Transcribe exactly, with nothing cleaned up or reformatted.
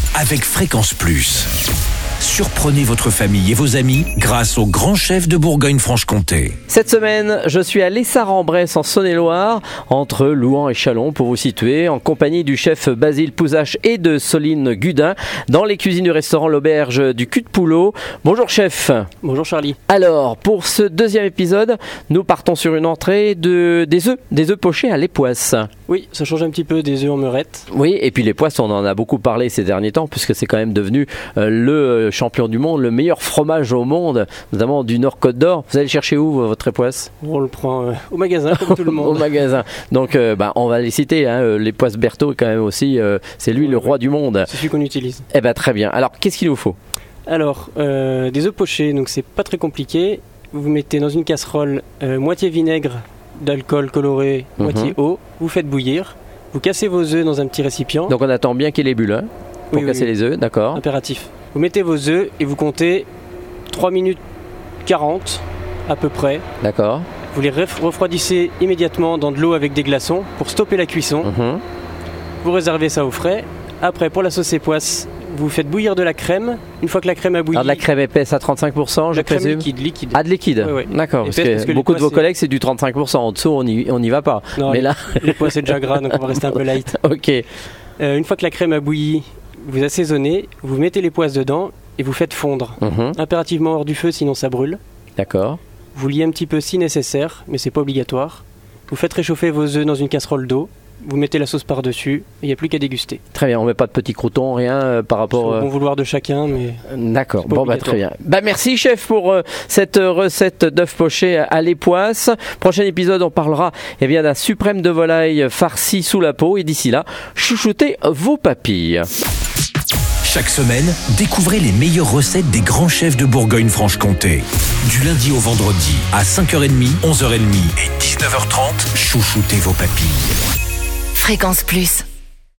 avec Fréquence Plus. Surprenez votre famille et vos amis grâce au grand chef de Bourgogne-Franche-Comté. Cette semaine, je suis à Lessard-en-Bresse en Saône-et-Loire, entre Louhans et Châlons pour vous situer, en compagnie du chef Basile Pouzache et de Soline Gudin, dans les cuisines du restaurant L'Auberge du Cul de Poulot. Bonjour chef. Bonjour Charlie. Alors, pour ce deuxième épisode, nous partons sur une entrée de des œufs, des œufs pochés à l'époisse. Oui, ça change un petit peu des œufs en meurette. Oui, et puis l'époisse, on en a beaucoup parlé ces derniers temps, puisque c'est quand même devenu euh, le champion du monde, le meilleur fromage au monde, notamment du Nord Côte d'Or. Vous allez le chercher où, votre époisse ? On le prend euh, au magasin, comme tout le monde. Au magasin. Donc, euh, bah, on va les citer. Hein, l'époisse Berthaud, quand même aussi, euh, c'est lui le roi du monde. C'est celui qu'on utilise. Eh ben très bien. Alors, qu'est-ce qu'il nous faut ? Alors, euh, des œufs pochés, donc c'est pas très compliqué. Vous mettez dans une casserole euh, moitié vinaigre d'alcool coloré, mm-hmm. moitié eau. Vous faites bouillir. Vous cassez vos œufs dans un petit récipient. Donc, on attend bien qu'il y ait les bulles, hein, pour oui, casser oui, les œufs, d'accord. Impératif. Vous mettez vos œufs et vous comptez trois minutes quarante à peu près. D'accord. Vous les refroidissez immédiatement dans de l'eau avec des glaçons pour stopper la cuisson. Mm-hmm. Vous réservez ça au frais. Après, pour la sauce époisse, vous faites bouillir de la crème. Une fois que la crème a bouilli... Alors de la crème épaisse à trente-cinq pour cent, je présume. La crème liquide, liquide. Ah, de liquide. Oui, oui. D'accord, parce, parce que que beaucoup de vos c'est... collègues, c'est du trente-cinq pour cent. En dessous, on n'y on y va pas. Non, mais là... l'époisse c'est déjà gras, donc on va rester un peu light. Ok. Euh, une fois que la crème a bouilli, vous assaisonnez, vous mettez l'époisse dedans et vous faites fondre. Mm-hmm. Impérativement hors du feu, sinon ça brûle. D'accord. Vous liez un petit peu si nécessaire, mais c'est pas obligatoire. Vous faites réchauffer vos œufs dans une casserole d'eau. Vous mettez la sauce par-dessus, il n'y a plus qu'à déguster. Très bien, on ne met pas de petits croutons, rien euh, par rapport... C'est au bon vouloir de chacun, mais... D'accord, bon bah très bien. Bah merci chef pour euh, cette recette d'œufs pochés à l'époisse. Prochain épisode, on parlera eh bien, d'un suprême de volaille farci sous la peau. Et d'ici là, chouchoutez vos papilles. Chaque semaine, découvrez les meilleures recettes des grands chefs de Bourgogne-Franche-Comté. Du lundi au vendredi, à cinq heures trente, onze heures trente et dix-neuf heures trente, chouchoutez vos papilles. Fréquence Plus.